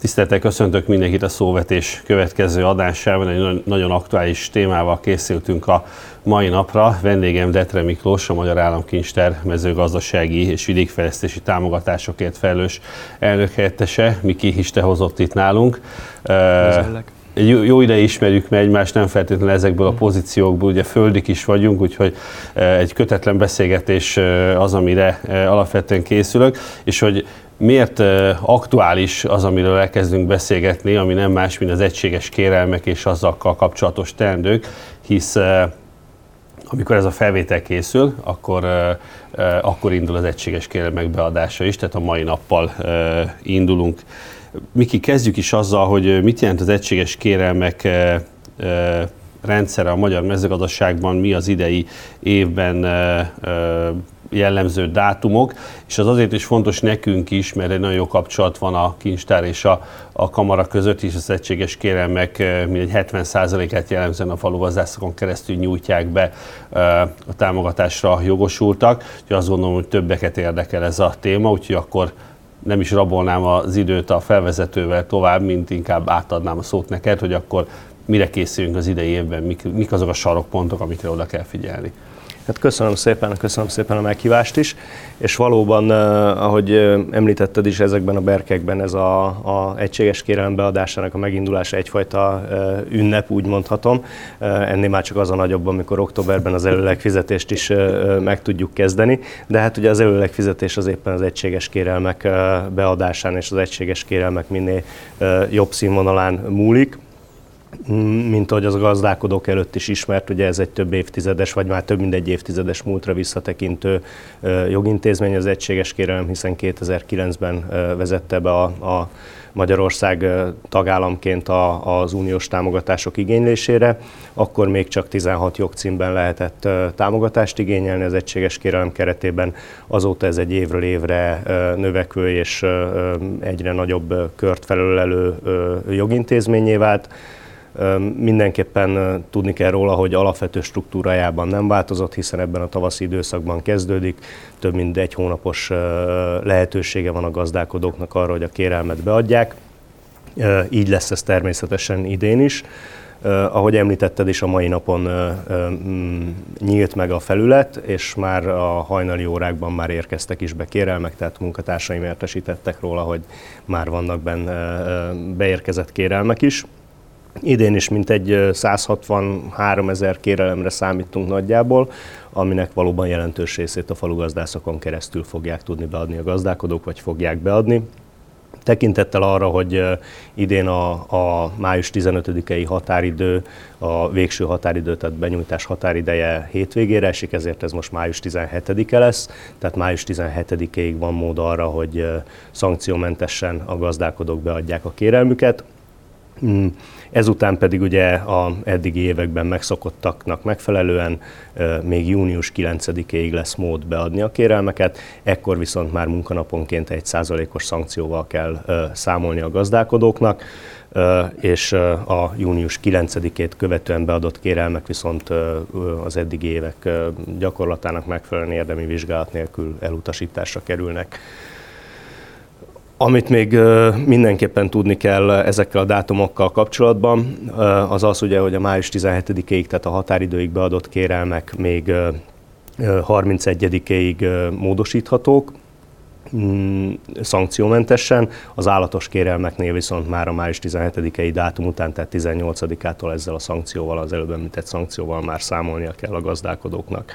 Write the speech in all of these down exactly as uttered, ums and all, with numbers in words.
Tisztelettel köszöntök mindenkit a Szóvetés következő adásában. Egy nagyon aktuális témával készültünk a mai napra. Vendégem Detre Miklós, a Magyar Államkincstár mezőgazdasági és vidékfejlesztési támogatásokért felelős elnökhelyettese. Miki is te hozott itt nálunk. Köszönlek. Jó, jó ideje ismerjük meg egymást, nem feltétlenül ezekből a pozíciókból, ugye földik is vagyunk, úgyhogy egy kötetlen beszélgetés az, amire alapvetően készülök, és hogy miért aktuális az, amiről elkezdünk beszélgetni, ami nem más, mint az egységes kérelmek és azokkal kapcsolatos teendők, hisz amikor ez a felvétel készül, akkor, akkor indul az egységes kérelmek beadása is, tehát a mai nappal indulunk. Miki, kezdjük is azzal, hogy mit jelent az egységes kérelmek rendszere a magyar mezőgazdaságban, mi az idei évben jellemző dátumok, és az azért is fontos nekünk is, mert egy nagyon jó kapcsolat van a kincstár és a, a kamara között, és az egységes kérelmek mindegy hetven százalékát jellemzően a falugazdászokon keresztül nyújtják be a támogatásra jogosultak. Úgyhogy azt gondolom, hogy többeket érdekel ez a téma, úgyhogy akkor nem is rabolnám az időt a felvezetővel tovább, mint inkább átadnám a szót neked, hogy akkor mire készülünk az idei évben, mik, mik azok a sarokpontok, amikre oda kell figyelni. Hát köszönöm szépen, köszönöm szépen a meghívást is, és valóban, ahogy említetted is, ezekben a berkekben ez a, a egységes kérelem beadásának a megindulása egyfajta ünnep, úgy mondhatom. Ennél már csak az a nagyobb, amikor októberben az előlegfizetést is meg tudjuk kezdeni, de hát ugye az előlegfizetés az éppen az egységes kérelmek beadásán és az egységes kérelmek minél jobb színvonalán múlik. Mint ahogy az a gazdálkodók előtt is ismert, ugye ez egy több évtizedes, vagy már több mint egy évtizedes múltra visszatekintő jogintézmény, az egységes kérelem, hiszen kétezer-kilencben vezette be a, a Magyarország tagállamként a, az uniós támogatások igénylésére. Akkor még csak tizenhat jogcímben lehetett támogatást igényelni az egységes kérelem keretében. Azóta ez egy évről évre növekvő és egyre nagyobb kört felölelő jogintézménnyé vált. Mindenképpen tudni kell róla, hogy alapvető struktúrájában nem változott, hiszen ebben a tavaszi időszakban kezdődik. Több mint egy hónapos lehetősége van a gazdálkodóknak arra, hogy a kérelmet beadják. Így lesz ez természetesen idén is. Ahogy említetted is, a mai napon nyílt meg a felület, és már a hajnali órákban már érkeztek is be kérelmek, tehát munkatársaim értesítettek róla, hogy már vannak benne beérkezett kérelmek is. Idén is mintegy száz hatvanhárom ezer kérelemre számítunk nagyjából, aminek valóban jelentős részét a falugazdászokon keresztül fogják tudni beadni a gazdálkodók, vagy fogják beadni. Tekintettel arra, hogy idén a, a május tizenötödikei határidő, a végső határidő, tehát benyújtás határideje hétvégére esik, ezért ez most május tizenhetedike lesz, tehát május tizenhetedikéig van mód arra, hogy szankciómentesen a gazdálkodók beadják a kérelmüket. Ezután pedig ugye az eddigi években megszokottaknak megfelelően még június kilencedikéig lesz mód beadni a kérelmeket, ekkor viszont már munkanaponként egy százalékos szankcióval kell számolni a gazdálkodóknak, és a június kilencedikét követően beadott kérelmek viszont az eddigi évek gyakorlatának megfelelően érdemi vizsgálat nélkül elutasításra kerülnek. Amit még mindenképpen tudni kell ezekkel a dátumokkal kapcsolatban, az az ugye, hogy a május tizenhetedikéig, tehát a határidőig beadott kérelmek még harmincegyedikéig módosíthatók, szankciómentesen, az állatos kérelmeknél viszont már a május tizenhetedikei dátum után, tehát tizennyolcadikától ezzel a szankcióval, az előbb említett szankcióval már számolnia kell a gazdálkodóknak.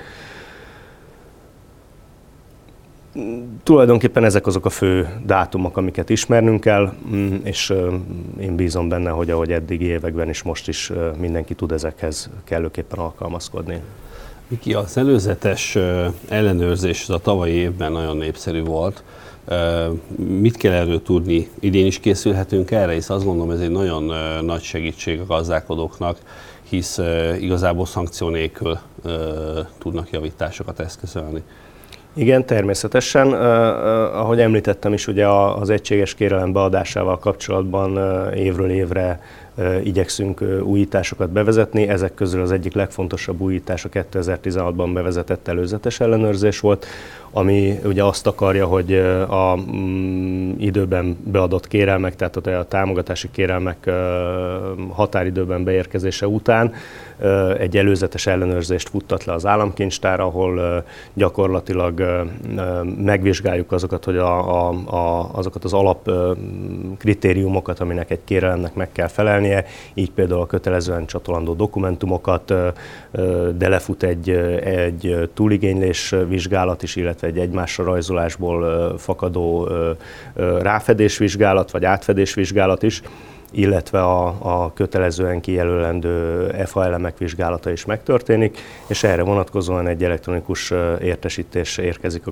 Tulajdonképpen ezek azok a fő dátumok, amiket ismernünk kell, és én bízom benne, hogy ahogy eddigi években is, most is mindenki tud ezekhez kellőképpen alkalmazkodni. Miki, az előzetes ellenőrzés az a tavalyi évben nagyon népszerű volt. Mit kell erről tudni? Idén is készülhetünk erre, hisz azt gondolom, ez egy nagyon nagy segítség a gazdálkodóknak, hisz igazából szankció nélkül tudnak javításokat eszközölni. Igen, természetesen. Uh, uh, ahogy említettem is, ugye az egységes kérelem beadásával kapcsolatban uh, évről évre uh, igyekszünk uh, újításokat bevezetni. Ezek közül az egyik legfontosabb újítás a kétezer-tizenhatban bevezetett előzetes ellenőrzés volt, ami ugye azt akarja, hogy a mm, időben beadott kérelmek, tehát a támogatási kérelmek határidőben beérkezése után egy előzetes ellenőrzést futtat le az államkincstár, ahol gyakorlatilag megvizsgáljuk azokat, hogy a, a, a, azokat az alap kritériumokat, aminek egy kérelemnek meg kell felelnie, így például a kötelezően csatolandó dokumentumokat, de lefut egy, egy túligénylés vizsgálat is, illetve egy egymásra rajzolásból fakadó ráfedésvizsgálat vagy átfedésvizsgálat is, illetve a, a kötelezően kijelölendő e fá elemek vizsgálata is megtörténik, és erre vonatkozóan egy elektronikus értesítés érkezik a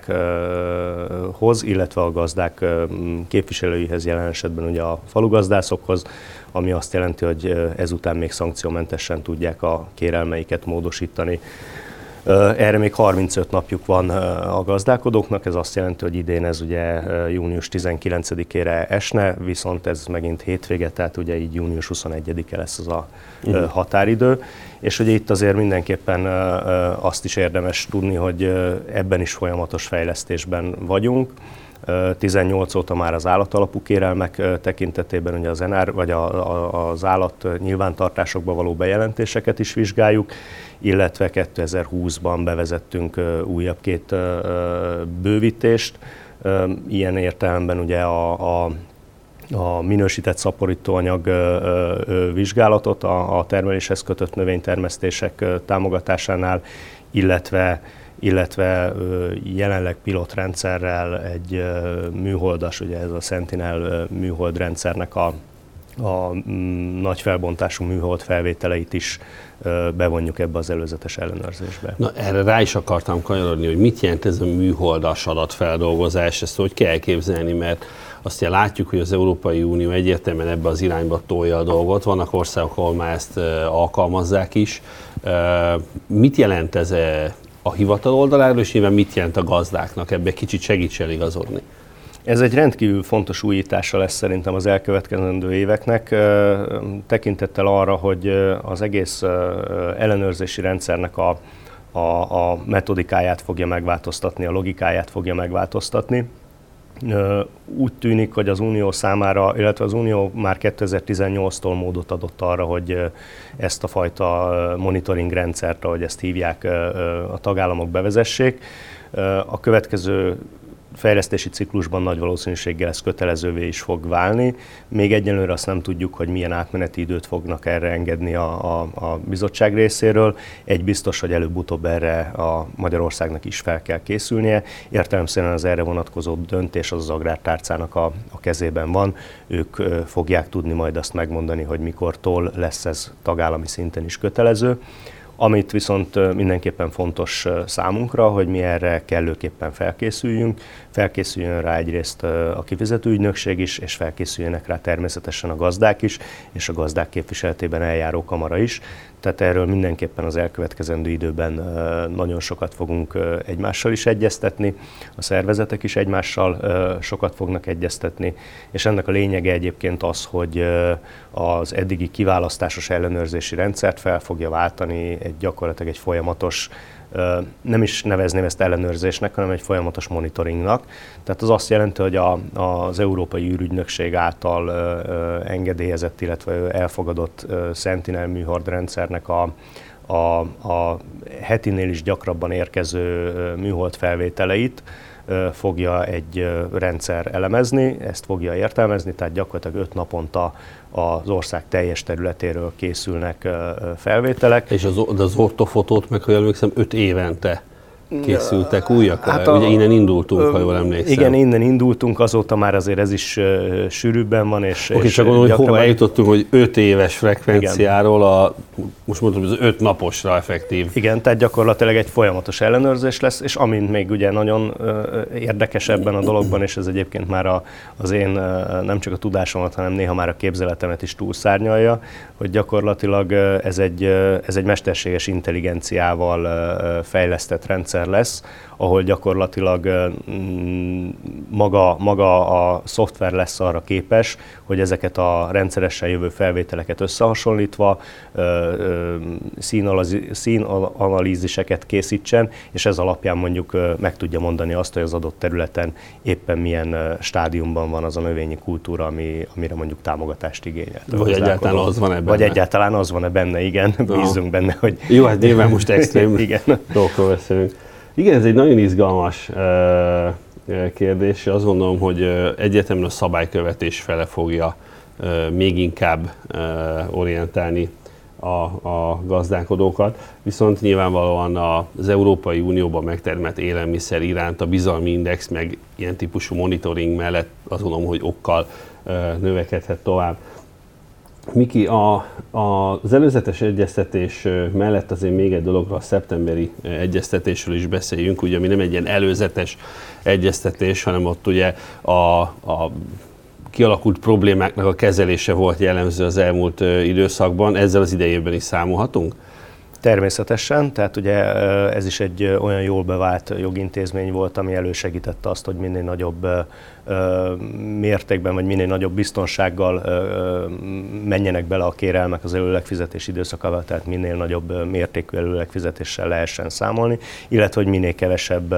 gazdákhoz, illetve a gazdák képviselőihez, jelen esetben ugye a falugazdászokhoz, ami azt jelenti, hogy ezután még szankciómentesen tudják a kérelmeiket módosítani. Erre még harmincöt napjuk van a gazdálkodóknak, ez azt jelenti, hogy idén ez ugye június tizenkilencedikére esne, viszont ez megint hétvége, tehát ugye így június huszonegyedike lesz az a uh-huh. határidő. És ugye itt azért mindenképpen azt is érdemes tudni, hogy ebben is folyamatos fejlesztésben vagyunk. tizennyolc óta már az állatalapú kérelmek tekintetében ugye az en er, vagy a, a, az állat nyilvántartásokba való bejelentéseket is vizsgáljuk, illetve kétezer-húszban bevezettünk újabb két bővítést. Ilyen értelemben ugye a, a a minősített szaporítóanyag vizsgálatot a termeléshez kötött növénytermesztések támogatásánál, illetve illetve jelenleg pilotrendszerrel egy műholdas, ugye ez a Sentinel műholdrendszernek a, a nagy felbontású műhold felvételeit is bevonjuk ebbe az előzetes ellenőrzésbe. Na, erre rá is akartam kanyarodni, hogy mit jelent ez a műholdas adatfeldolgozás, ezt hogy kell elképzelni, mert azt ugye látjuk, hogy az Európai Unió egyértelműen ebbe az irányba tolja a dolgot, vannak országok, ahol már ezt alkalmazzák is. Mit jelent ez a hivatal oldaláról, és nyilván mit jelent a gazdáknak? Ebbe kicsit segíts eligazodni. Ez egy rendkívül fontos újítása lesz szerintem az elkövetkezendő éveknek, tekintettel arra, hogy az egész ellenőrzési rendszernek a, a, a metodikáját fogja megváltoztatni, a logikáját fogja megváltoztatni. Úgy tűnik, hogy az Unió számára, illetve az Unió már kétezer-tizennyolctól módot adott arra, hogy ezt a fajta monitoring rendszert, ahogy ezt hívják, a tagállamok bevezessék. A következő fejlesztési ciklusban nagy valószínűséggel ez kötelezővé is fog válni. Még egyelőre azt nem tudjuk, hogy milyen átmeneti időt fognak erre engedni a, a, a bizottság részéről. Egy biztos, hogy előbb-utóbb erre a Magyarországnak is fel kell készülnie. Értelemszerűen az erre vonatkozó döntés az az agrártárcának a, a kezében van. Ők fogják tudni majd azt megmondani, hogy mikortól lesz ez tagállami szinten is kötelező. Amit viszont mindenképpen fontos számunkra, hogy mi erre kellőképpen felkészüljünk. Felkészüljön rá egyrészt a kifizető ügynökség is, és felkészüljenek rá természetesen a gazdák is, és a gazdák képviseletében eljáró kamara is. Tehát erről mindenképpen az elkövetkezendő időben nagyon sokat fogunk egymással is egyeztetni, a szervezetek is egymással sokat fognak egyeztetni, és ennek a lényege egyébként az, hogy az eddigi kiválasztásos ellenőrzési rendszert fel fogja váltani egy gyakorlatilag egy folyamatos, nem is nevezném ezt ellenőrzésnek, hanem egy folyamatos monitoringnak. Tehát az azt jelenti, hogy a, az Európai űrügynökség által engedélyezett, illetve elfogadott Sentinel műholdrendszernek a, a, a hetinél is gyakrabban érkező műhold felvételeit fogja egy rendszer elemezni, ezt fogja értelmezni, tehát gyakorlatilag öt naponta az ország teljes területéről készülnek felvételek. És az, az ortofotót meg, ha emlékszem, öt évente készültek újak? Hát a, ugye innen indultunk, ö, ha jól emlékszem. Igen, innen indultunk, azóta már azért ez is uh, sűrűbben van. És, Oké, és csak gondolom, hogy gyakorlatilag... hova eljutottunk, hogy öt éves frekvenciáról a, most mondtam, az öt naposra effektív. Igen, tehát gyakorlatilag egy folyamatos ellenőrzés lesz, és amint még ugye nagyon uh, érdekes ebben a dologban, és ez egyébként már a, az én uh, nem csak a tudásomat, hanem néha már a képzeletemet is túlszárnyalja, hogy gyakorlatilag uh, ez, egy, uh, ez egy mesterséges intelligenciával uh, fejlesztett rendszer rendszer lesz, ahol gyakorlatilag maga, maga a szoftver lesz arra képes, hogy ezeket a rendszeresen jövő felvételeket összehasonlítva színanalíziseket készítsen, és ez alapján mondjuk meg tudja mondani azt, hogy az adott területen éppen milyen stádiumban van az a növényi kultúra, ami, amire mondjuk támogatást igényel. Vagy egyáltalán az van-e benne? Vagy egyáltalán az van-e benne, igen. Bízzunk no. benne, hogy... Jó, hát nyilván most extrém dolgokról beszélünk. Igen, ez egy nagyon izgalmas uh, kérdés. Azt gondolom, hogy uh, egyértelműen a szabálykövetés fele fogja uh, még inkább uh, orientálni a, a gazdálkodókat. Viszont nyilvánvalóan az Európai Unióban megtermelt élelmiszer iránt a bizalmi index, meg ilyen típusú monitoring mellett azt gondolom, hogy okkal uh, növekedhet tovább. Miki, a, a, az előzetes egyeztetés mellett azért még egy dologra, a szeptemberi egyeztetésről is beszéljünk, ugye, ami nem egy ilyen előzetes egyeztetés, hanem ott ugye a, a kialakult problémáknak a kezelése volt jellemző az elmúlt időszakban. Ezzel az idejében is számolhatunk? Természetesen, tehát ugye ez is egy olyan jól bevált jogintézmény volt, ami elősegítette azt, hogy minél nagyobb mértékben, vagy minél nagyobb biztonsággal menjenek bele a kérelmek az előlegfizetés időszakával, tehát minél nagyobb mértékű előlegfizetéssel lehessen számolni, illetve hogy minél kevesebb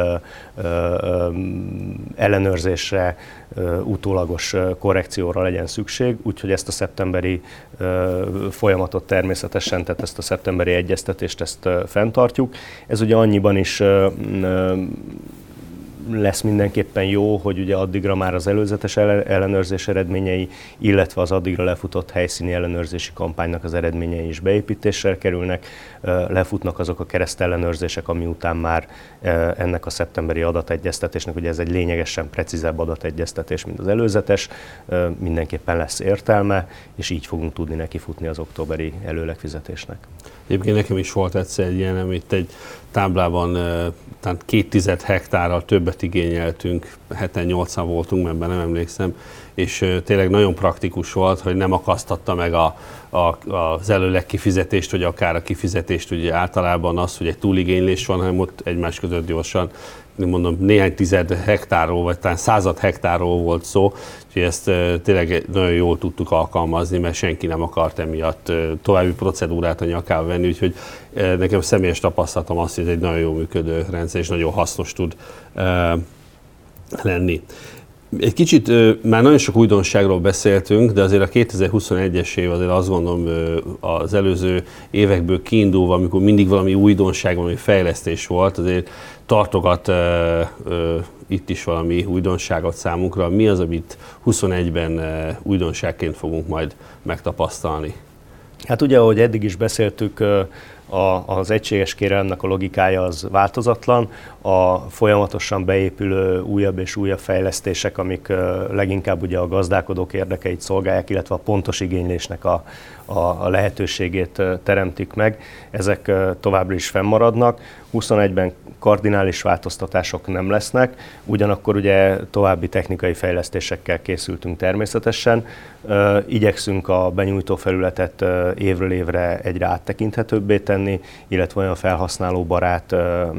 ellenőrzésre, utólagos korrekcióra legyen szükség, úgyhogy ezt a szeptemberi folyamatot természetesen, tehát ezt a szeptemberi egyeztetést ezt fenntartjuk. Ez ugye annyiban is lesz mindenképpen jó, hogy ugye addigra már az előzetes ellenőrzés eredményei, illetve az addigra lefutott helyszíni ellenőrzési kampánynak az eredményei is beépítésre kerülnek, lefutnak azok a keresztellenőrzések, ami után már ennek a szeptemberi adategyeztetésnek, ugye ez egy lényegesen precízebb adategyeztetés, mint az előzetes, mindenképpen lesz értelme, és így fogunk tudni nekifutni az októberi előlegfizetésnek. Egyébként nekem is volt egyszer egy ilyen, amit egy táblában tehát két tized hektárral többet igényeltünk, heten nyolcan voltunk, mert nem emlékszem, és tényleg nagyon praktikus volt, hogy nem akasztatta meg a, a, az előleg kifizetést, vagy akár a kifizetést, ugye általában az, hogy egy túligénylés van, hanem ott egymás között gyorsan, mondom, néhány tized hektárról, vagy talán század hektárról volt szó, úgyhogy ezt tényleg nagyon jól tudtuk alkalmazni, mert senki nem akart emiatt további procedúrát a nyakába venni, úgyhogy nekem személyes tapasztalatom az, hogy ez egy nagyon jól működő rendszer, és nagyon hasznos tud lenni. Egy kicsit már nagyon sok újdonságról beszéltünk, de azért a kétezer-huszonegyes év azért azt gondolom az előző évekből kiindulva, amikor mindig valami újdonság, valami fejlesztés volt, azért tartogat uh, uh, itt is valami újdonságot számunkra. Mi az, amit huszonegyben uh, újdonságként fogunk majd megtapasztalni? Hát ugye, ahogy eddig is beszéltük, a, az egységes kérelemnek a logikája az változatlan, a folyamatosan beépülő újabb és újabb fejlesztések, amik leginkább ugye a gazdálkodók érdekeit szolgálják, illetve a pontos igénylésnek a, a, a lehetőségét teremtik meg, ezek továbbra is fennmaradnak. huszonegyben kardinális változtatások nem lesznek, ugyanakkor ugye további technikai fejlesztésekkel készültünk természetesen. Igyekszünk a benyújtó felületet évről évre egyre áttekinthetőbbé tenni, illetve olyan felhasználóbarát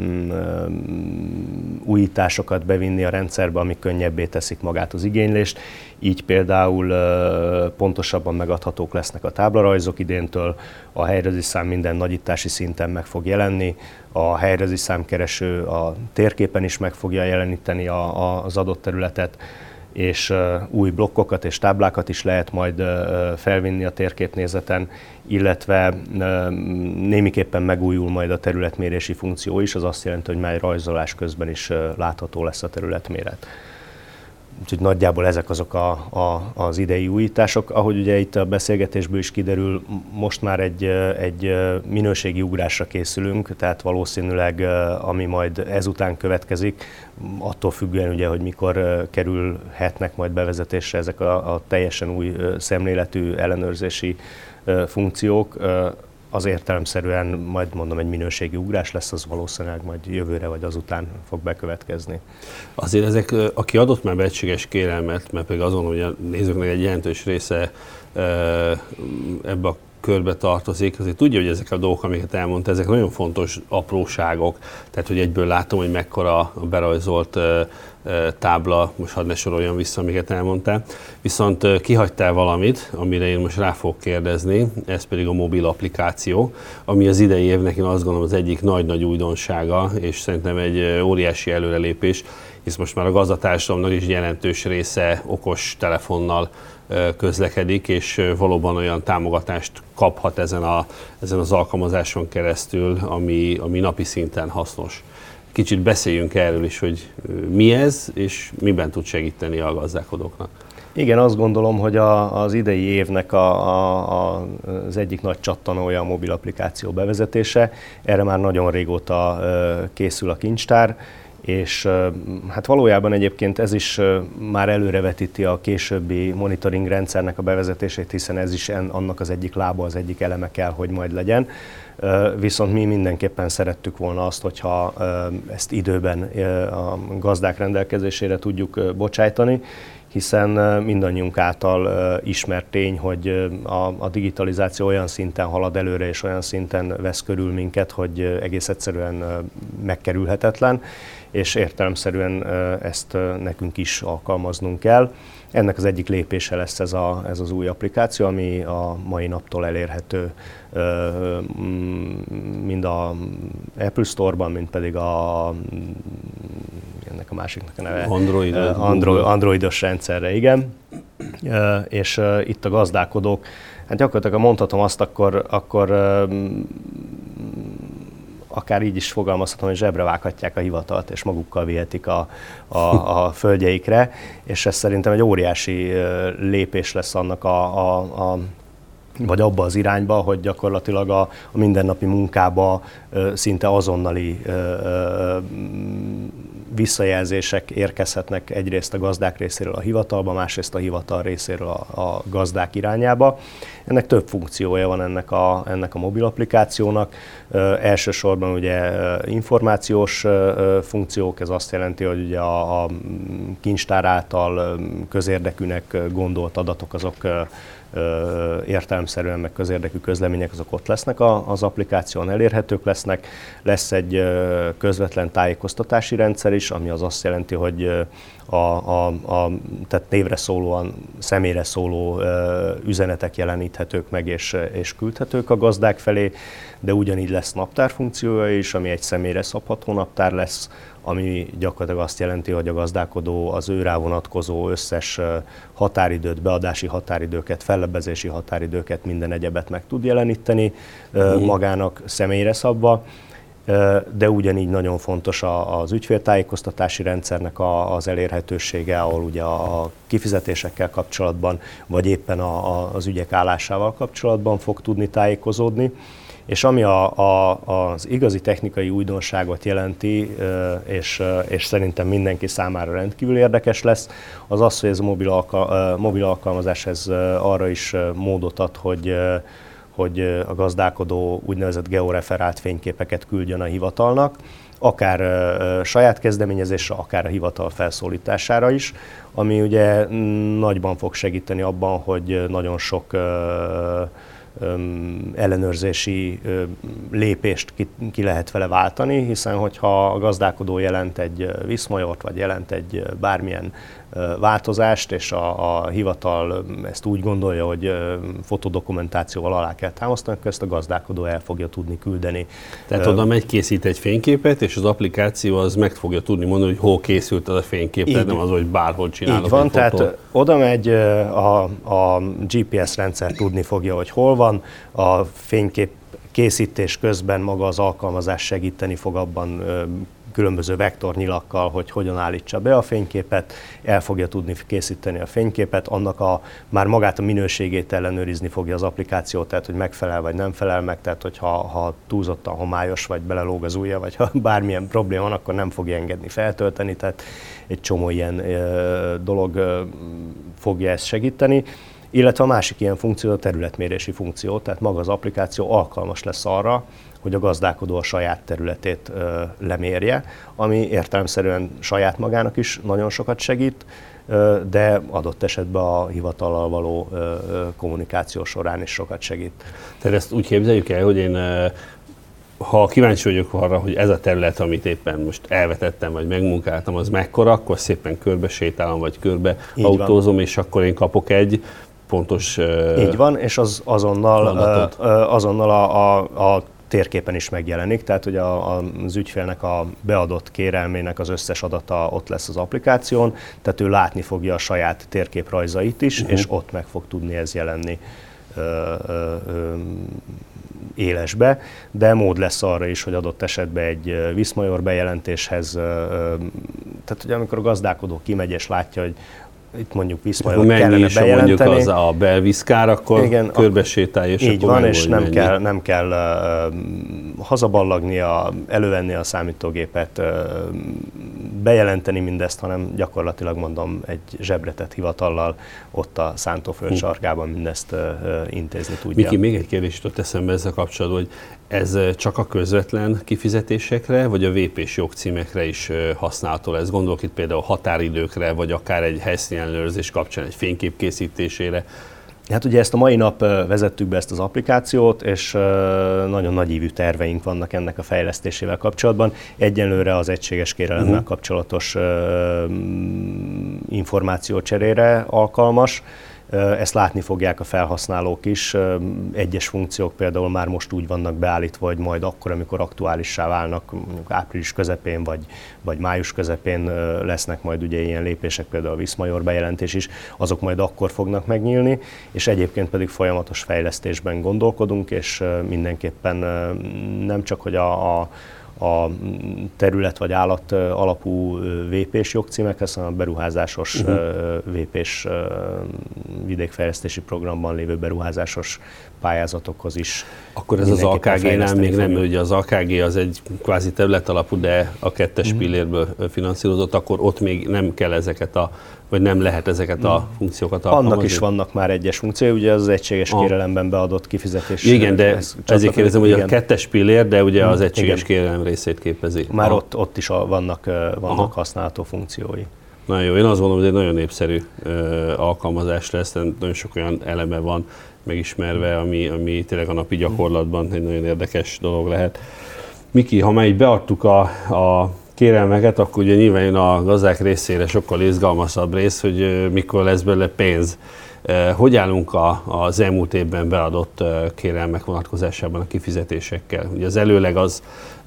újításokat bevinni a rendszerbe, amik könnyebbé teszik magát az igénylést. Így például pontosabban megadhatók lesznek a táblarajzok idéntől, a helyrajzszám minden nagyítási szinten meg fog jelenni, a helyrajzszámkereső a térképen is meg fogja jeleníteni a, a, az adott területet, és új blokkokat és táblákat is lehet majd felvinni a térképnézeten, illetve némiképpen megújul majd a területmérési funkció is, az azt jelenti, hogy már rajzolás közben is látható lesz a területméret. Úgyhogy nagyjából ezek azok a, a, az idei újítások. Ahogy ugye itt a beszélgetésből is kiderül, most már egy, egy minőségi ugrásra készülünk, tehát valószínűleg ami majd ezután következik, attól függően ugye, hogy mikor kerülhetnek majd bevezetésre ezek a, a teljesen új szemléletű ellenőrzési funkciók, az értelemszerűen majd mondom egy minőségi ugrás lesz, az valószínűleg majd jövőre vagy azután fog bekövetkezni. Azért ezek, aki adott már egységes kérelmet, mert pedig azon, hogy a nézőknek egy jelentős része ebbe a körbe tartozik, azért tudja, hogy ezek a dolgok, amiket elmondta, ezek nagyon fontos apróságok, tehát hogy egyből látom, hogy mekkora a berajzolt tábla, most hadd ne soroljam vissza, amiket elmondtál. Viszont kihagytál valamit, amire én most rá fogok kérdezni, ez pedig a mobil applikáció, ami az idei évnek én azt gondolom az egyik nagy-nagy újdonsága, és szerintem egy óriási előrelépés, hisz most már a gazdatársadalomnak is jelentős része okos telefonnal közlekedik, és valóban olyan támogatást kaphat ezen, a, ezen az alkalmazáson keresztül, ami, ami napi szinten hasznos. Kicsit beszéljünk erről is, hogy mi ez, és miben tud segíteni a gazdálkodóknak. Igen, azt gondolom, hogy a, az idei évnek a, a, az egyik nagy csattanója a mobil applikáció bevezetése. Erre már nagyon régóta készül a kincstár, és hát valójában egyébként ez is már előrevetíti a későbbi monitoring rendszernek a bevezetését, hiszen ez is annak az egyik lába, az egyik eleme kell, hogy majd legyen. Viszont mi mindenképpen szerettük volna azt, hogyha ezt időben a gazdák rendelkezésére tudjuk bocsájtani, hiszen mindannyiunk által ismert tény, hogy a, a digitalizáció olyan szinten halad előre és olyan szinten vesz körül minket, hogy egész egyszerűen megkerülhetetlen, és értelemszerűen ezt nekünk is alkalmaznunk kell. Ennek az egyik lépése lesz ez, a, ez az új applikáció, ami a mai naptól elérhető mind a Apple Store-ban, mind pedig a, ennek a másiknak a neve Android, Android, androidos rendszerre, igen. És itt a gazdálkodók, hát gyakorlatilag mondhatom azt, akkor, akkor akár így is fogalmazhatom, hogy zsebre vághatják a hivatalt, és magukkal vihetik a, a, a földjeikre, és ez szerintem egy óriási lépés lesz annak a, a, a vagy abba az irányba, hogy gyakorlatilag a, a mindennapi munkába ö, szinte azonnali ö, ö, visszajelzések érkezhetnek egyrészt a gazdák részéről a hivatalba, másrészt a hivatal részéről a, a gazdák irányába. Ennek több funkciója van ennek a, ennek a mobil applikációnak. Ö, elsősorban ugye információs ö, funkciók, ez azt jelenti, hogy ugye a, a kincstár által közérdekűnek gondolt adatok azok ö, értelemszerűen meg közérdekű közlemények azok ott lesznek az applikáción, elérhetők lesznek. Lesz egy közvetlen tájékoztatási rendszer is, ami az azt jelenti, hogy a, a, a tehát névre szólóan, személyre szóló üzenetek jeleníthetők meg és, és küldhetők a gazdák felé, de ugyanígy lesz naptár funkciója is, ami egy személyre szabható naptár lesz, ami gyakorlatilag azt jelenti, hogy a gazdálkodó az ő rá vonatkozó összes határidőt, beadási határidőket, fellebbezési határidőket, minden egyebet meg tud jeleníteni mm. magának személyre szabva, de ugyanígy nagyon fontos az ügyféltájékoztatási rendszernek az elérhetősége, ahol ugye a kifizetésekkel kapcsolatban, vagy éppen az ügyek állásával kapcsolatban fog tudni tájékozódni. És ami a, a, az igazi technikai újdonságot jelenti, és, és szerintem mindenki számára rendkívül érdekes lesz, az az, hogy ez a mobil, alka, mobil alkalmazás ez arra is módot ad, hogy, hogy a gazdálkodó úgynevezett georeferált fényképeket küldjön a hivatalnak, akár saját kezdeményezésre, akár a hivatal felszólítására is, ami ugye nagyban fog segíteni abban, hogy nagyon sok ellenőrzési lépést ki, ki lehet vele váltani, hiszen hogyha a gazdálkodó jelent egy viszmajort, vagy jelent egy bármilyen változást, és a, a hivatal ezt úgy gondolja, hogy fotodokumentációval alá kell támasztani, akkor ezt a gazdálkodó el fogja tudni küldeni. Tehát oda megy, készít egy fényképet, és az applikáció az meg fogja tudni mondani, hogy hol készült az a fénykép, tehát nem az, hogy bárhol csinálok. Így van, tehát oda megy, a, a gé pé es rendszer tudni fogja, hogy hol van, a fénykép készítés közben maga az alkalmazás segíteni fog abban különböző vektornyilakkal, hogy hogyan állítsa be a fényképet, el fogja tudni készíteni a fényképet, annak a, már magát a minőségét ellenőrizni fogja az applikáció, tehát hogy megfelel vagy nem felel meg, tehát hogy ha, ha túlzottan homályos vagy belelóg az ujja, vagy ha bármilyen probléma van, akkor nem fogja engedni feltölteni, tehát egy csomó ilyen ö, dolog ö, fogja ezt segíteni. Illetve a másik ilyen funkció a területmérési funkció, tehát maga az applikáció alkalmas lesz arra, hogy a gazdálkodó a saját területét lemérje, ami értelemszerűen saját magának is nagyon sokat segít, de adott esetben a hivatallal való kommunikáció során is sokat segít. Tehát ezt úgy képzeljük el, hogy én, ha kíváncsi vagyok arra, hogy ez a terület, amit éppen most elvetettem, vagy megmunkáltam, az mekkora, akkor szépen körbe sétálom, vagy körbe Így autózom, van. És akkor én kapok egy pontos Így van, és az azonnal, azonnal a, a, a térképen is megjelenik, tehát hogy a, az ügyfélnek a beadott kérelmének az összes adata ott lesz az applikáción, tehát ő látni fogja a saját térképrajzait is, uh-huh. és ott meg fog tudni ez jelenni ö, ö, ö, élesbe, de mód lesz arra is, hogy adott esetben egy Viszmajor bejelentéshez, ö, ö, tehát hogy amikor a gazdálkodó kimegy és látja, hogy itt mondjuk Viszmajor kellene bejelenteni. Mondjuk az a belviszkár, akkor igen, körbesétálja, és így akkor van, és nem kell, nem kell uh, hazaballagnia, elővenni a számítógépet, uh, bejelenteni mindezt, hanem gyakorlatilag mondom egy zsebretett hivatallal ott a szántóföld sarkában mindezt uh, intézni tudja. Miki, még egy kérdés jutott eszembe ezzel kapcsolatban, hogy ez csak a közvetlen kifizetésekre, vagy a vé pés jogcímekre is használható lesz? Gondolok itt például határidőkre, vagy akár egy helyszínellenőrzés kapcsán egy fénykép készítésére. Hát ugye ezt a mai nap vezettük be ezt az applikációt, és nagyon nagyívű terveink vannak ennek a fejlesztésével kapcsolatban. Egyenlőre az egységes kérelemmel uh-huh. kapcsolatos információcserére alkalmas. Ezt látni fogják a felhasználók is. Egyes funkciók például már most úgy vannak beállítva, hogy majd akkor, amikor aktuálissá válnak, április közepén vagy, vagy május közepén lesznek majd ugye ilyen lépések, például a Viszmajor bejelentés is, azok majd akkor fognak megnyílni, és egyébként pedig folyamatos fejlesztésben gondolkodunk, és mindenképpen nem csak, hogy a, a a terület vagy állat alapú vé pés jogcímekhez, hanem a beruházásos uh-huh. vé pés vidékfejlesztési programban lévő beruházásos pályázatokhoz is. Akkor ez az á ká gé-nál még nem, ugye az á ká gé az egy kvázi terület alapú, de a kettes uh-huh. pillérből finanszírozott, akkor ott még nem kell ezeket a, vagy nem lehet ezeket a funkciókat alkalmazni? Annak is vannak már egyes funkciói, ugye az egységes ah. kérelemben beadott kifizetés. Igen, de ezért kérdezem, hogy igen. a kettes pillér, de ugye az egységes igen. kérelem részét képezi. Már ott, ott is a, vannak, vannak használható funkciói. Nagyon jó, én azt gondolom, hogy egy nagyon népszerű uh, alkalmazás lesz, nagyon sok olyan eleme van megismerve, ami, ami tényleg a napi gyakorlatban egy nagyon érdekes dolog lehet. Miki, ha már így beadtuk a, a kérelmeket, akkor ugye nyilván jön a gazdák részére sokkal izgalmasabb rész, hogy mikor lesz belőle pénz. Hogy állunk a, az elmúlt évben beadott kérelmek vonatkozásában a kifizetésekkel? Ugye az előleg az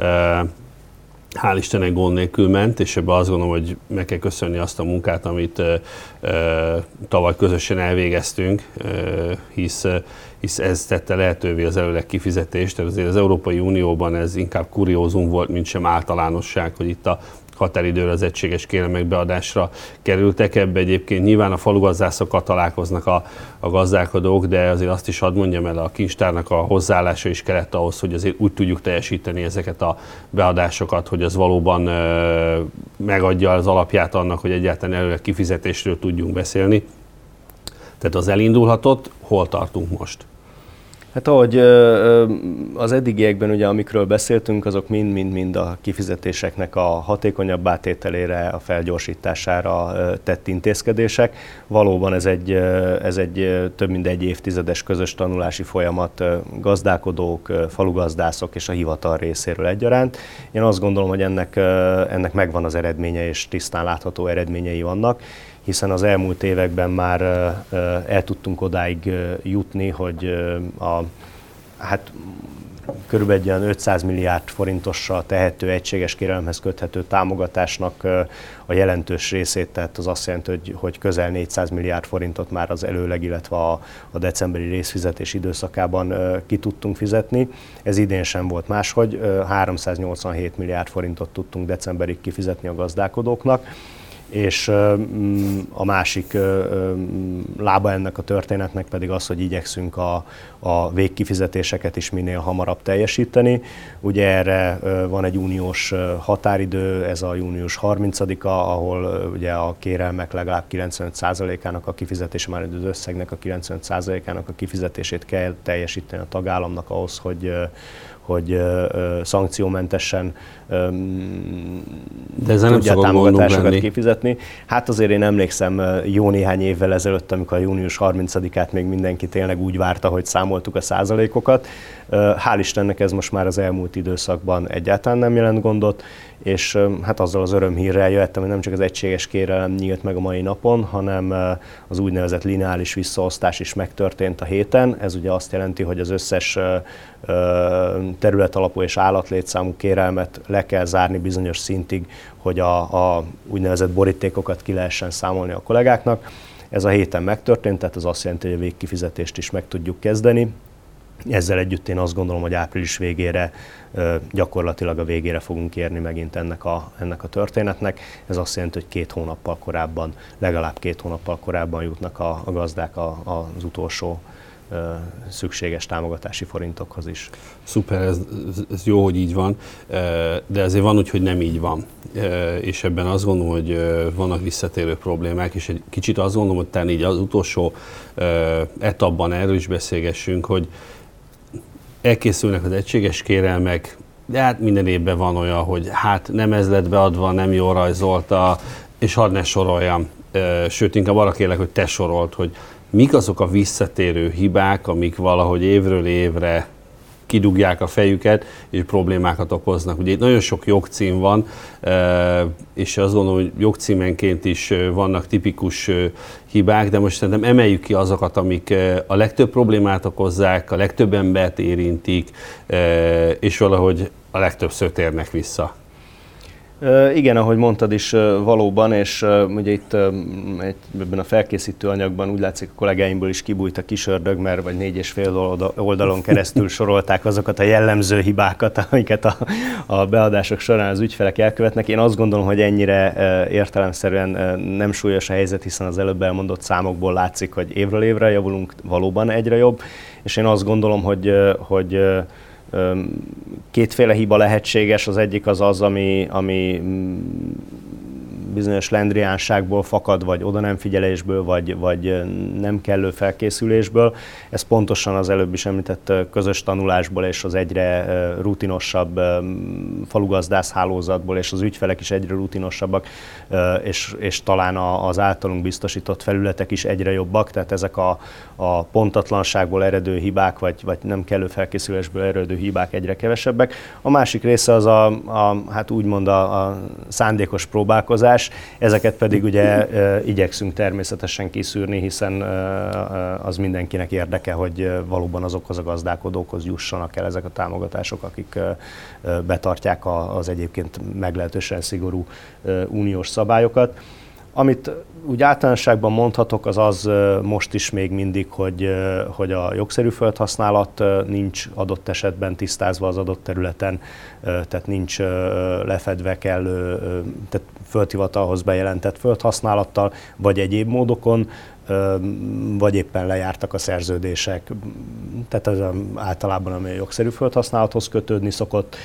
hál' Istennek gond nélkül ment, és ebben azt gondolom, hogy meg kell köszönni azt a munkát, amit uh, uh, tavaly közösen elvégeztünk, uh, hisz, uh, hisz ez tette lehetővé az előleg kifizetést. Tehát azért az Európai Unióban ez inkább kuriózum volt, mint sem általánosság, hogy itt a határidőre az egységes kérelmek beadásra kerültek. Ebbe egyébként nyilván a falugazdászokkal találkoznak a, a gazdálkodók, de azért azt is hadd mondjam el, a kincstárnak a hozzáállása is kellett ahhoz, hogy azért úgy tudjuk teljesíteni ezeket a beadásokat, hogy az valóban ö, megadja az alapját annak, hogy egyáltalán előleg kifizetésről tudjunk beszélni. Tehát az elindulhatott, hol tartunk most? Hát ahogy az eddigiekben, ugye, amikről beszéltünk, azok mind-mind-mind a kifizetéseknek a hatékonyabb átételére, a felgyorsítására tett intézkedések. Valóban ez egy, ez egy több mint egy évtizedes közös tanulási folyamat gazdálkodók, falugazdászok és a hivatal részéről egyaránt. Én azt gondolom, hogy ennek, ennek megvan az eredménye, és tisztán látható eredményei vannak, hiszen az elmúlt években már el tudtunk odáig jutni, hogy a, hát körülbelül egy olyan ötszáz milliárd forintosra tehető egységes kérelemhez köthető támogatásnak a jelentős részét, tehát az azt jelenti, hogy, hogy közel négyszáz milliárd forintot már az előleg, illetve a, a decemberi részfizetés időszakában ki tudtunk fizetni. Ez idén sem volt máshogy, háromszáznyolcvanhét milliárd forintot tudtunk decemberig kifizetni a gazdálkodóknak. És a másik lába ennek a történetnek pedig az, hogy igyekszünk a, a végkifizetéseket is minél hamarabb teljesíteni. Ugye erre van egy uniós határidő, ez a június harmincadika, ahol ugye a kérelmek legalább kilencvenöt százalékának a kifizetése, már az összegnek a kilencvenöt százalékának a kifizetését kell teljesíteni a tagállamnak ahhoz, hogy hogy ö, ö, szankciómentesen ö, De ezzel nem tudja a támogatásokat lenni. kifizetni. Hát azért én emlékszem jó néhány évvel ezelőtt, amikor a június harmincadikát még mindenki tényleg úgy várta, hogy számoltuk a százalékokat. Hál' Istennek ez most már az elmúlt időszakban egyáltalán nem jelent gondot, és hát azzal az örömhírrel jöttem, hogy nem csak az egységes kérelem nyílt meg a mai napon, hanem az úgynevezett lineáris visszaosztás is megtörtént a héten. Ez ugye azt jelenti, hogy az összes területalapú és állatlétszámú kérelmet le kell zárni bizonyos szintig, hogy a, a úgynevezett borítékokat ki lehessen számolni a kollégáknak. Ez a héten megtörtént, tehát az azt jelenti, hogy a végkifizetést is meg tudjuk kezdeni. Ezzel együtt én azt gondolom, hogy április végére, gyakorlatilag a végére fogunk érni megint ennek a, ennek a történetnek. Ez azt jelenti, hogy két hónappal korábban, legalább két hónappal korábban jutnak a, a gazdák a, az utolsó szükséges támogatási forintokhoz is. Szuper, ez, ez jó, hogy így van, de azért van úgy, hogy nem így van. És ebben azt gondolom, hogy vannak visszatérő problémák, és egy kicsit azt gondolom, hogy talán így az utolsó etapban erről is beszélgessünk, hogy elkészülnek az egységes kérelmek, de hát minden évben van olyan, hogy hát nem ez lett beadva, nem jól rajzolta, és hadd ne soroljam. Sőt, inkább arra kérlek, hogy te sorold, hogy mik azok a visszatérő hibák, amik valahogy évről évre kidugják a fejüket, és problémákat okoznak. Ugye itt nagyon sok jogcím van, és azt gondolom, hogy jogcímenként is vannak tipikus hibák, de most szerintem emeljük ki azokat, amik a legtöbb problémát okozzák, a legtöbb embert érintik, és valahogy a legtöbbször térnek vissza. Igen, ahogy mondtad is valóban, és ugye itt ebben a felkészítő anyagban úgy látszik, a kollégáimból is kibújt a kis ördög, mert vagy négy és fél oldalon keresztül sorolták azokat a jellemző hibákat, amiket a, a beadások során az ügyfelek elkövetnek. Én azt gondolom, hogy ennyire értelemszerűen nem súlyos a helyzet, hiszen az előbb elmondott számokból látszik, hogy évről évre javulunk, valóban egyre jobb, és én azt gondolom, hogy, hogy kétféle hiba lehetséges, az egyik az az, ami, ami bizonyos lendriánságból fakad, vagy oda nem figyelésből, vagy, vagy nem kellő felkészülésből. Ez pontosan az előbb is említett közös tanulásból és az egyre rutinosabb falugazdász hálózatból, és az ügyfelek is egyre rutinosabbak, és, és talán az általunk biztosított felületek is egyre jobbak, tehát ezek a, a pontatlanságból eredő hibák, vagy, vagy nem kellő felkészülésből eredő hibák egyre kevesebbek. A másik része az a, a hát úgymond a, a szándékos próbálkozás, ezeket pedig ugye igyekszünk természetesen kiszűrni, hiszen az mindenkinek érdeke, hogy valóban azokhoz a gazdálkodókhoz jussanak el ezek a támogatások, akik betartják az egyébként meglehetősen szigorú uniós szabályokat. Amit úgy általánosságban mondhatok, az az most is még mindig, hogy, hogy a jogszerű földhasználat nincs adott esetben tisztázva az adott területen, tehát nincs lefedve kellő, tehát földhivatalhoz bejelentett földhasználattal, vagy egyéb módokon, vagy éppen lejártak a szerződések. Tehát ez általában ami a jogszerű földhasználathoz kötődni szokott.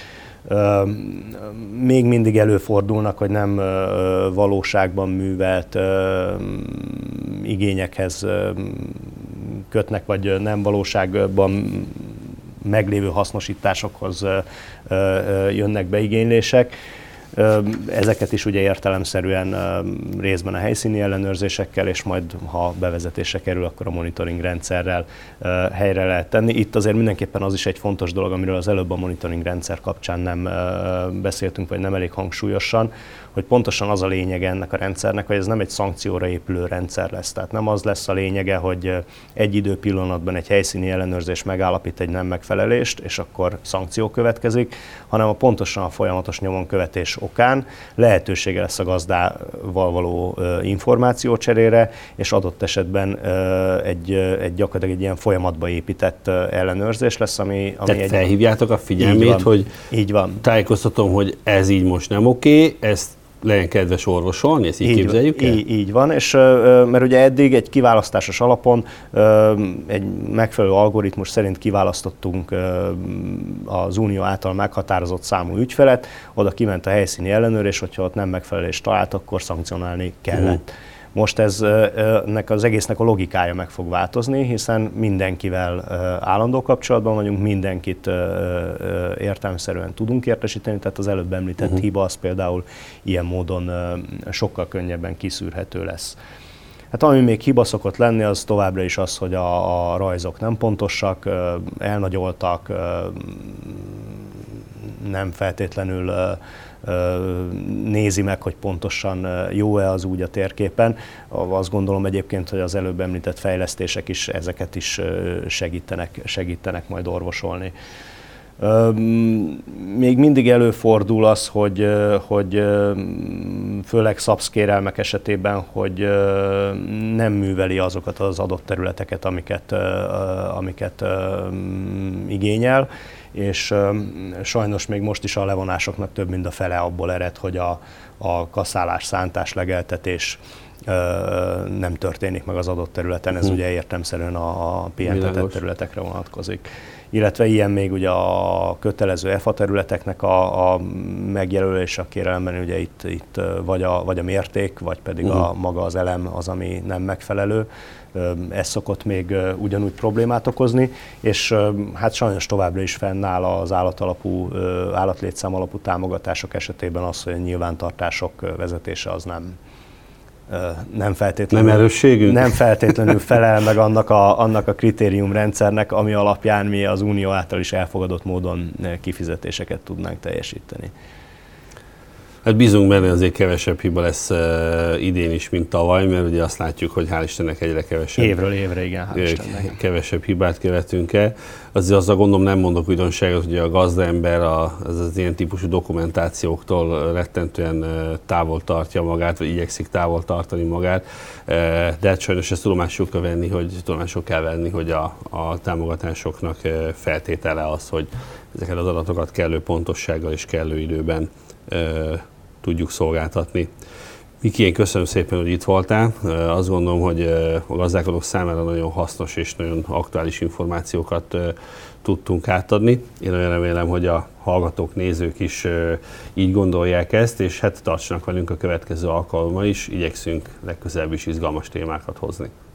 Még mindig előfordulnak, hogy nem valóságban művelt igényekhez kötnek, vagy nem valóságban meglévő hasznosításokhoz jönnek be igénylések. Ezeket is ugye értelemszerűen részben a helyszíni ellenőrzésekkel, és majd ha bevezetésre kerül, akkor a monitoring rendszerrel helyre lehet tenni. Itt azért mindenképpen az is egy fontos dolog, amiről az előbb a monitoring rendszer kapcsán nem beszéltünk, vagy nem elég hangsúlyosan, hogy pontosan az a lényege ennek a rendszernek, hogy ez nem egy szankcióra épülő rendszer lesz. Tehát nem az lesz a lényege, hogy egy időpillanatban egy helyszíni ellenőrzés megállapít egy nem megfelelést, és akkor szankció következik, hanem a pontosan a folyamatos nyomon követés okán lehetősége lesz a gazdával való információcserére, és adott esetben egy, egy gyakorlatilag egy ilyen folyamatba épített ellenőrzés lesz, ami, ami Tehát egy... felhívjátok a figyelmét, így van, hogy így van. Tájékoztatom, hogy ez így most nem oké, ezt legyen kedves orvosolni, ezt így, így képzeljük el? Így, így van, és mert ugye eddig egy kiválasztásos alapon egy megfelelő algoritmus szerint kiválasztottunk az Unió által meghatározott számú ügyfelet, oda kiment a helyszíni ellenőr, és hogyha ott nem megfelelést talált, akkor szankcionálni kellett. Uh-huh. Most ez, ennek az egésznek a logikája meg fog változni, hiszen mindenkivel állandó kapcsolatban vagyunk, mindenkit értelmszerűen tudunk értesíteni, tehát az előbb említett uh-huh. hiba az például ilyen módon sokkal könnyebben kiszűrhető lesz. Hát ami még hiba szokott lenni, az továbbra is az, hogy a, a rajzok nem pontosak, elnagyoltak, nem feltétlenül nézi meg, hogy pontosan jó-e az úgy a térképen. Azt gondolom egyébként, hogy az előbb említett fejlesztések is ezeket is segítenek, segítenek majd orvosolni. Még mindig előfordul az, hogy, hogy főleg szabszkérelmek esetében, hogy nem műveli azokat az adott területeket, amiket, amiket igényel, és sajnos még most is a levonásoknak több mint a fele abból ered, hogy a, a kaszálás, szántás, legeltetés nem történik meg az adott területen, ez uh-huh. ugye értelemszerűen a pihentetett területekre vonatkozik. Illetve ilyen még ugye a kötelező e f á területeknek a, a megjelölése a kérelemben, ugye itt, itt vagy, a, vagy a mérték, vagy pedig uh-huh. a maga az elem az, ami nem megfelelő. Ez szokott még ugyanúgy problémát okozni, és hát sajnos továbbra is fennáll az állatalapú, állatlétszám alapú támogatások esetében az, hogy a nyilvántartások vezetése az nem nem feltétlenül, nem erősségünk? Nem feltétlenül felel meg annak a, annak a kritériumrendszernek, ami alapján mi az Unió által is elfogadott módon kifizetéseket tudnánk teljesíteni. Hát bízunk benne, azért kevesebb hiba lesz uh, idén is, mint tavaly, mert ugye azt látjuk, hogy hál' Istennek egyre kevesebb. Évről évre, igen, hál' Istennek. Kevesebb hibát követünk el. Azért azzal gondolom nem mondok újdonságot, hogy a gazdaember a, az, az ilyen típusú dokumentációktól rettentően távol tartja magát, vagy igyekszik távol tartani magát, de hát sajnos ezt tudomásul kell venni, hogy, tudomásul kell venni, hogy a, a támogatásoknak feltétele az, hogy ezeket az adatokat kellő pontossággal és kellő időben tudjuk szolgáltatni. Miki, én köszönöm szépen, hogy itt voltál. Azt gondolom, hogy a gazdálkodók számára nagyon hasznos és nagyon aktuális információkat tudtunk átadni. Én nagyon remélem, hogy a hallgatók, nézők is így gondolják ezt, és hát tartsanak velünk a következő alkalommal is. Igyekszünk legközelebb is izgalmas témákat hozni.